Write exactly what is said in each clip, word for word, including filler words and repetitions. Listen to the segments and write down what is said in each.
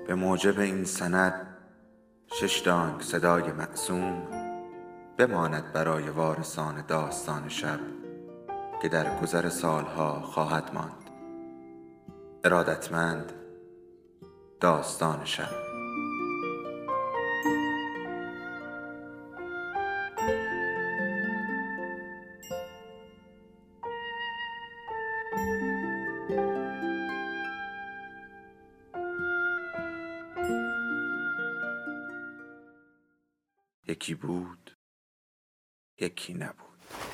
به موجب این سند شش دانگ صدای معصوم بماند برای وارثان داستان شب که در گذر سالها خواهد ماند. ارادتمند، داستان شب. یکی بود، یکی نبود.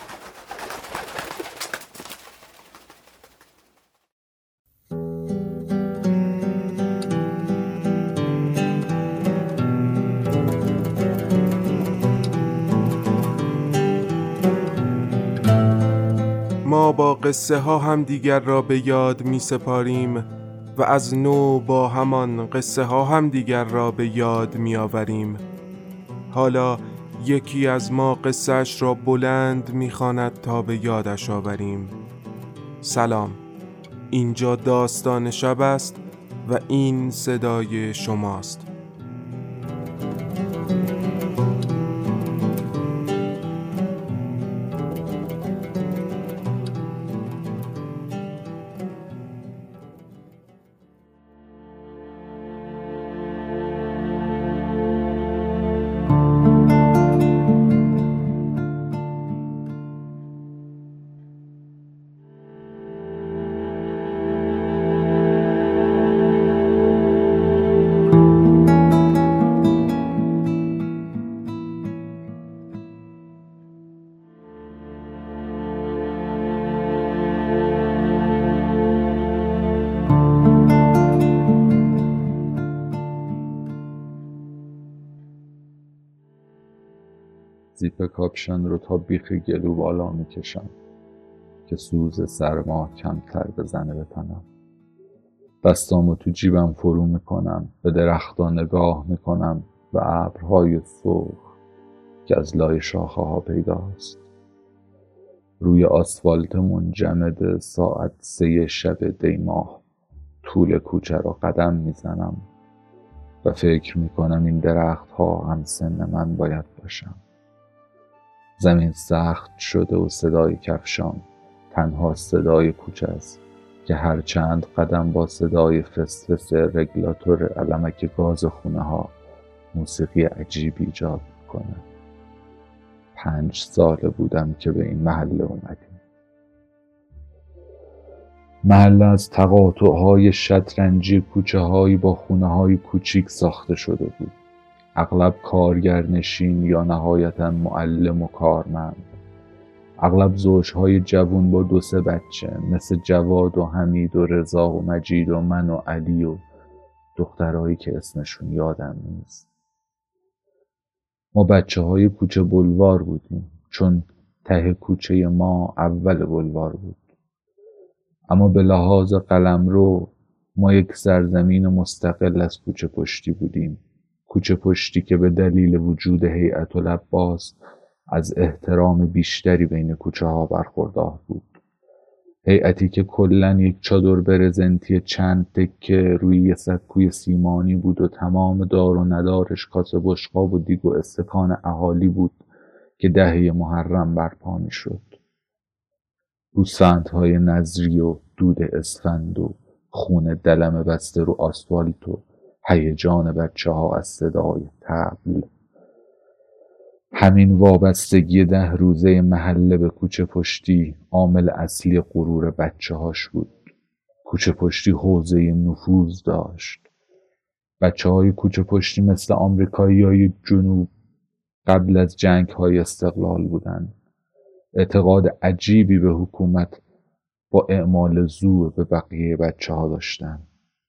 ما با قصه ها هم دیگر را به یاد می سپاریم و از نو با همان قصه ها هم دیگر را به یاد می آوریم. حالا یکی از ما قصهش را بلند می خواند تا به یادش آوریم. سلام، اینجا داستان شب است و این صدای شماست. زیپ کاپشن رو تا بیخ گلو بالا میکشم که سوز سرما کمتر بزنه به تنم. دستامو تو جیبم فرو میکنم، به درختا نگاه میکنم و ابرهای سرخ که از لای شاخه ها پیداست. روی آسفالت منجمد ساعت سه شب دیماه طول کوچه را قدم میزنم و فکر میکنم این درخت ها هم سن من باید باشم. زمین سخت شده و صدای کفشان تنها صدای کوچه است که هر چند قدم با صدای فسفس رگلاتور علمک گاز خونه ها موسیقی عجیب ایجاد کنه. پنج ساله بودم که به این محله اومدیم. محله از تقاطع‌های شطرنجی کوچه هایی با خونه های کوچیک ساخته شده بود. اغلب کارگرنشین یا نهایتاً معلم و کارمند. اغلب زوجهای جوون با دو سه بچه مثل جواد و حمید و رضا و مجید و من و علی و دخترهایی که اسمشون یادم نیست. ما بچه های کوچه بلوار بودیم چون ته کوچه ما اول بلوار بود. اما به لحاظ قلمرو ما یک سرزمین مستقل از کوچه پشتی بودیم. کوچه پشتی که به دلیل وجود هیئت العباس از احترام بیشتری بین کوچه ها برخوردار بود. هیئتی که کلن یک چادر برزنتی چند تکه روی یه سکوی سیمانی بود و تمام دار و ندارش کاسه بشقاب و دیگ و استکان اهالی بود که دهه محرم برپا می شد. گوسفندهای نظری و دود اسفند و خون دلم بسته رو آسفالت و هیجان بچه ها از صدای طبل. همین وابستگی ده روزه محله به کوچه پشتی عامل اصلی غرور بچه هاش بود. کوچه پشتی حوزه نفوذ داشت. بچه های کوچه پشتی مثل آمریکایی های جنوب قبل از جنگ های استقلال بودن. اعتقاد عجیبی به حکومت با اعمال زور به بقیه بچه ها داشتن.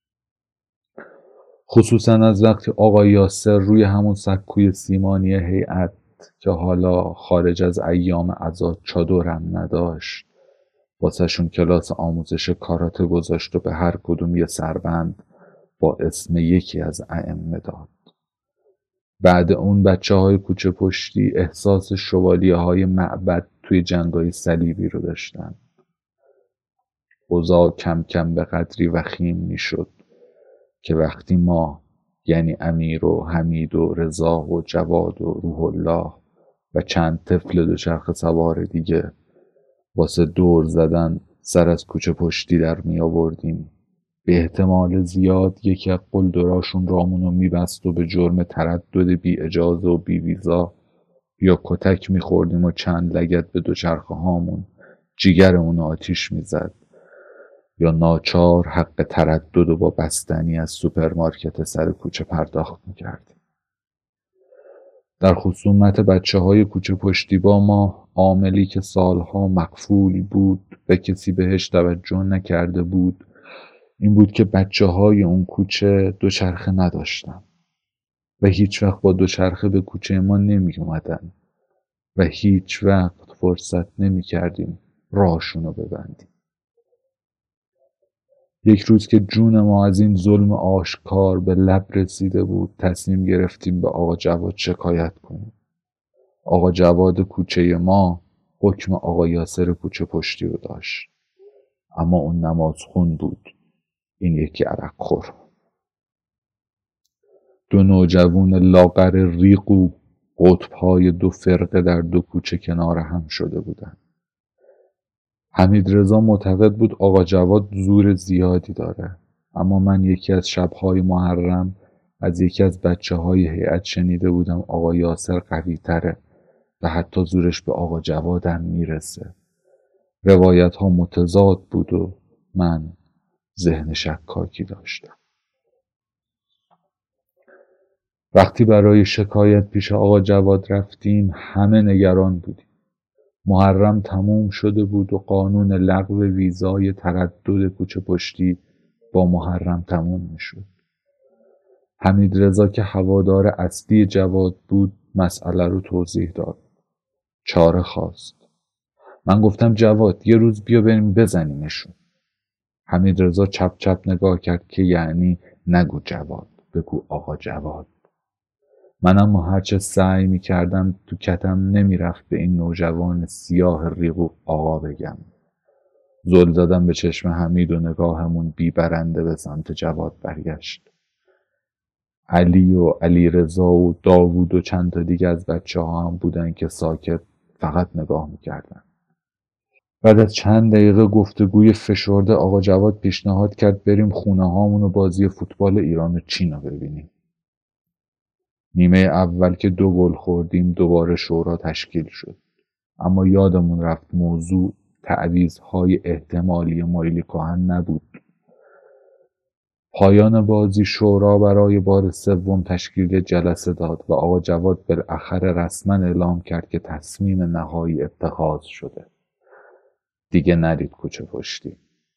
خصوصا از وقتی آقا یاسر روی همون سکوی سیمانی هیئت که حالا خارج از ایام عزا چادرم نداشت واسه شون کلاس آموزش کاراته گذاشت و به هر کدوم یه سربند با اسم یکی از ائمه داد. بعد اون بچه های کوچه پشتی احساس شوالیه های معبد توی جنگای صلیبی رو داشتن. اوضاع کم کم به قدری وخیم می شد که وقتی ما یعنی امیر و حمید و رضا و جواد و روح الله و چند طفل دوچرخه سوار دیگه واسه دور زدن سر از کوچه پشتی در می آوردیم. به احتمال زیاد یکی از قلدراشون رامونو میبست و به جرم تردد بی اجازه و بی ویزا یا کتک میخوردیم و چند لگد به دوچرخه هامون جیگرمون آتیش میزد یا ناچار حق تردد و با بستنی از سوپرمارکت سر کوچه پرداخت میکردیم. در خصومت بچه های کوچه پشتی با ما عاملی که سالها مقفول بود و کسی بهش توجه نکرده بود این بود که بچه های اون کوچه دوچرخه نداشتن و هیچ وقت با دوچرخه به کوچه ما نمی اومدن و هیچ وقت فرصت نمی کردیم راهشونو ببندیم. یک روز که جون ما از این ظلم آشکار به لب رسیده بود تصمیم گرفتیم به آقا جواد شکایت کنیم. آقا جواد کوچه ما حکم آقا یاسر کوچه پشتی رو داشت، اما اون نمازخون بود، این یکی عرق خور. دو نوجوان لاغر ریق و قطب‌های دو فرقه در دو کوچه کنار هم شده بودند. حمید رضا معتقد بود آقا جواد زور زیادی داره، اما من یکی از شب‌های محرم از یکی از بچه‌های هیئت شنیده بودم آقا یاسر قوی تره و حتی زورش به آقا جواد هم میرسه. روایت ها متضاد بود و من ذهن شکاکی داشتم. وقتی برای شکایت پیش آقا جواد رفتیم همه نگران بودیم. محرم تموم شده بود و قانون لغو ویزای تردد کوچه پشتی با محرم تموم میشد. حمید رضا که هوادار اصلی جواد بود مسئله رو توضیح داد. چاره خواست. من گفتم جواد یه روز بیا بریم بزنیمشون. حمید رضا چپ چپ نگاه کرد که یعنی نگو جواد، بگو آقا جواد. منم هرچه سعی میکردم تو کتم نمیرفت به این نوجوان سیاه ریغو آقا بگم. زل زدم به چشم حمید و نگاهمون بی برنده به سمت جواد برگشت. علی و علی رضا و داوود و چند تا دیگه از بچه ها هم بودن که ساکت فقط نگاه میکردن. بعد از چند دقیقه گفتگوی فشرده آقا جواد پیشنهاد کرد بریم خونه هامون و بازی فوتبال ایران و چین رو ببینیم. نیمه اول که دو گل خوردیم دوباره شورا تشکیل شد، اما یادمون رفت موضوع تعویض‌های احتمالی مایلی کهن نبود. پایان بازی شورا برای بار سوم تشکیل جلسه داد و آقا جواد بالاخره رسما اعلام کرد که تصمیم نهایی اتخاذ شده. دیگه نرید کوچه پشتی.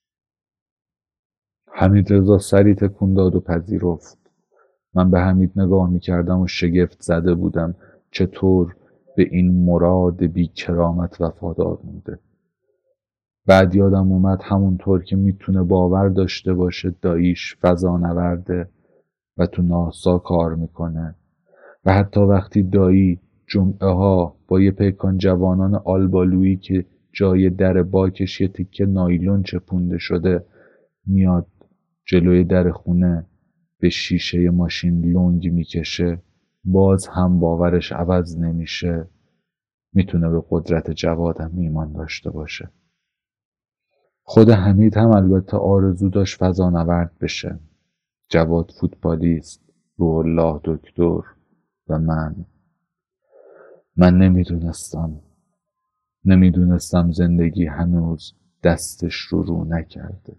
حمید رضا سری تکون داد و پذیرفت. من به حمید نگاه میکردم و شگفت زده بودم چطور به این مراد بی کرامت وفادار مونده. بعد یادم اومد همونطور که میتونه باور داشته باشه داییش فضانورده و تو ناسا کار میکنه و حتی وقتی دایی جمعه ها با یه پیکان جوانان آلبالویی که جای در باکش یه تیکه نایلون چپونده شده میاد جلوی در خونه به شیشه ماشین لنگ میکشه، باز هم باورش عوض نمیشه. میتونه به قدرت جوادم ایمان داشته باشه. خود حمید هم البته آرزو داشت فضانورد بشه. جواد فوتبالیست، روح الله دکتر و من من نمیدونستم نمیدونستم زندگی هنوز دستش رو رو نکرده.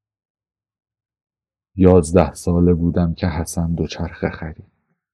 یازده ساله بودم که حسن دوچرخه خرید.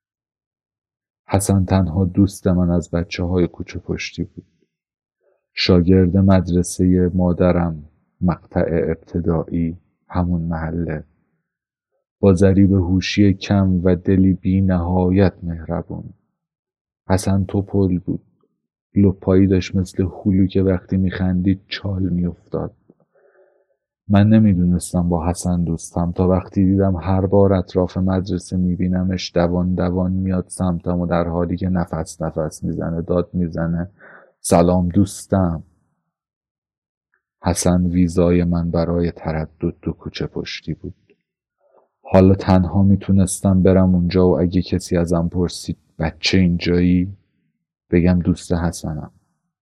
حسن تنها دوست من از بچه های کوچه پشتی بود. شاگرد مدرسه مادرم، مقطع ابتدایی، همون محله. با ضریب هوشی کم و دلی بی نهایت مهربون. حسن توپل بود. لپایی داشت مثل هلو که وقتی میخندید چال میافتاد. من نمیدونستم با حسن دوستم تا وقتی دیدم هر بار اطراف مدرسه میبینمش دوان دوان میاد سمتم و در حالی که نفس نفس میزنه داد میزنه سلام دوستم. حسن ویزای من برای تردد تو کوچه پشتی بود. حالا تنها میتونستم برم اونجا و اگه کسی ازم پرسید بچه اینجایی، بگم دوست حسنم.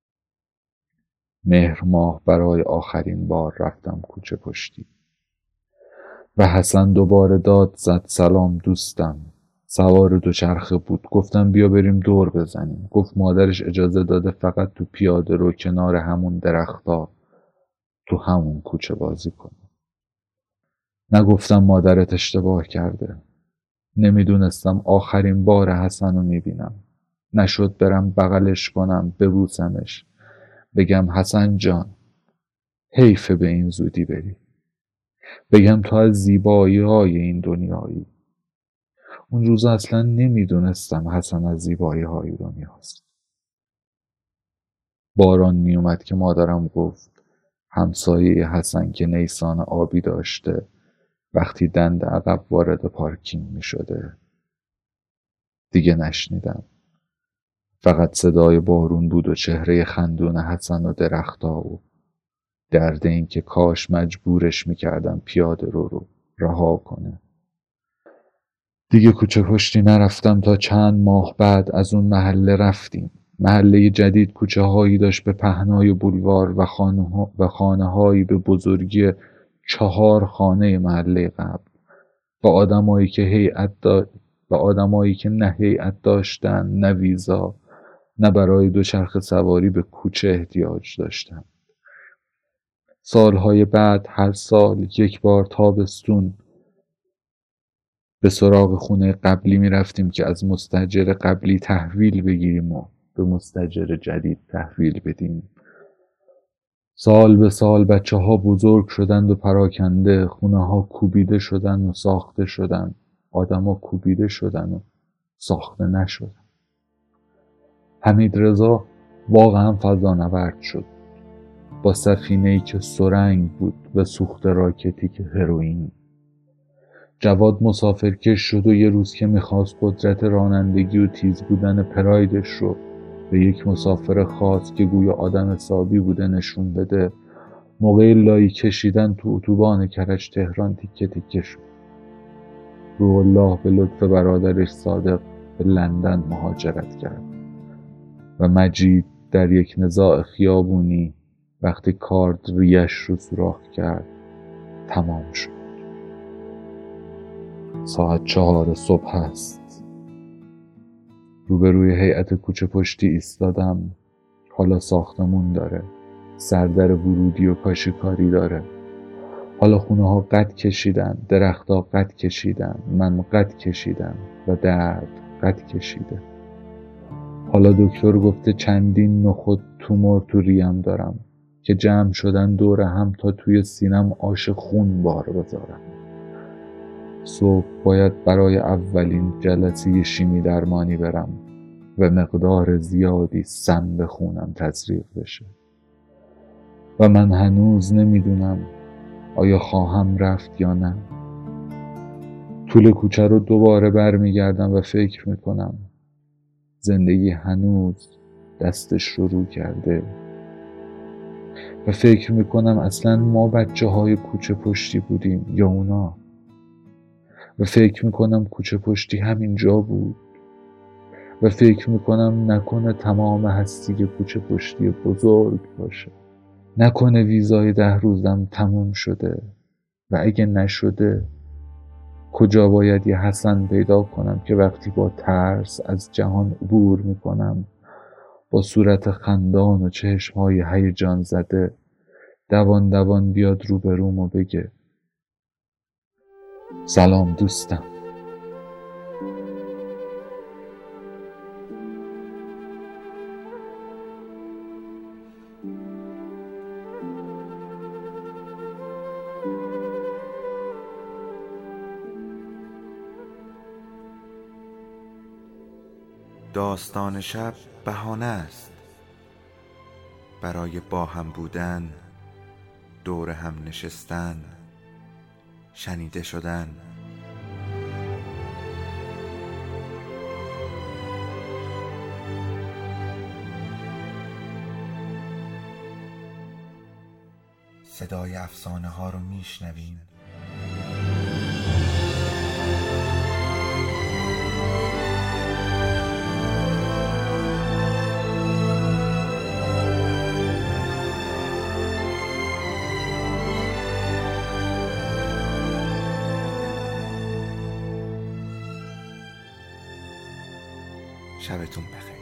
مهر ماه برای آخرین بار رفتم کوچه پشتی و حسن دوباره داد زد سلام دوستم. سوار دوچرخه بود. گفتم بیا بریم دور بزنیم. گفت مادرش اجازه داده فقط تو پیاده رو کنار همون درختا تو همون کوچه بازی کنه. نگفتم مادرت اشتباه کرده. نمیدونستم آخرین بار حسن رو میبینم. نشد برم بغلش کنم، ببوسمش، بگم حسن جان حیفه به این زودی بری، بگم تو از زیبایی های این دنیایی. اون روز اصلا نمیدونستم حسن از زیبایی های دنیاست. باران میومد که مادرم گفت همسایه حسن که نیسان آبی داشته وقتی دند عقب وارد پارکینگ می شده. دیگه نشنیدم. فقط صدای بارون بود و چهره خندون حسن و درختا و درد این که کاش مجبورش میکردم پیاده رو رو رها کنه. دیگه کوچه پشتی نرفتم تا چند ماه بعد از اون محله رفتیم. محله جدید کوچه هایی داشت به پهنای بولوار و خانه, ها و خانه هایی به بزرگی چهار خانه محله قبل و آدمایی که هیئت دا... و آدمایی که نه هیئت داشتن، نه ویزا، نه برای دوچرخه سواری به کوچه احتیاج داشتن. سالهای بعد هر سال یک بار تابستون به سراغ خونه قبلی می رفتیم که از مستاجر قبلی تحویل بگیریم و به مستاجر جدید تحویل بدیم. سال به سال بچه ها بزرگ شدند و پراکنده، خونه ها کوبیده شدن و ساخته شدن، آدم ها کوبیده شدن و ساخته نشدن. حمید رضا واقعا فضانورد شد، با سفینه‌ای که سرنگ بود و سوخت راکتی که هروئین. جواد مسافرکش شد و یه روز که میخواست قدرت رانندگی و تیز بودن پرایدش رو به یک مسافر خاص که گویا آدم حسابی بوده نشون بده، موقع لایی کشیدن تو اتوبان کرج تهران تیکه تیکه شد. روح الله به لطف برادرش صادق به لندن مهاجرت کرد و مجید در یک نزاع خیابونی وقتی کارد ریش رو سوراخ کرد تمام شد. ساعت چهار صبح است. روبروی هیئت کوچه پشتی ایستادم. حالا ساختمون داره، سردر ورودی و کاشیکاری داره. حالا خونه ها قد کشیدن، درخت ها قد کشیدن، من قد کشیدم و درد قد کشیده. حالا دکتر گفته چندین نخود تومور تو ریم دارم که جمع شدن دور هم تا توی سینم آش خون بار بذارم. صبح باید برای اولین جلسه شیمی درمانی برم و مقدار زیادی سم به خونم تزریق بشه و من هنوز نمیدونم آیا خواهم رفت یا نه. طول کوچه رو دوباره برمیگردم و فکر میکنم زندگی هنوز دستش شروع کرده و فکر میکنم اصلا ما بچه های کوچه پشتی بودیم یا اونا، و فکر میکنم کوچه پشتی همین جا بود و فکر میکنم نکنه تمام هستی کوچه پشتی بزرگ باشه، نکنه ویزای ده روزم تموم شده و اگه نشده کجا باید یه حسن پیدا کنم که وقتی با ترس از جهان عبور میکنم با صورت خندان و چشمهای هیجان زده دوان دوان بیاد روبروم و بگه سلام دوستم. داستان شب بهانه است برای با هم بودن، دور هم نشستن، شنیده شدن. صدای افسانه ها رو میشنویم. شبتون بخیر.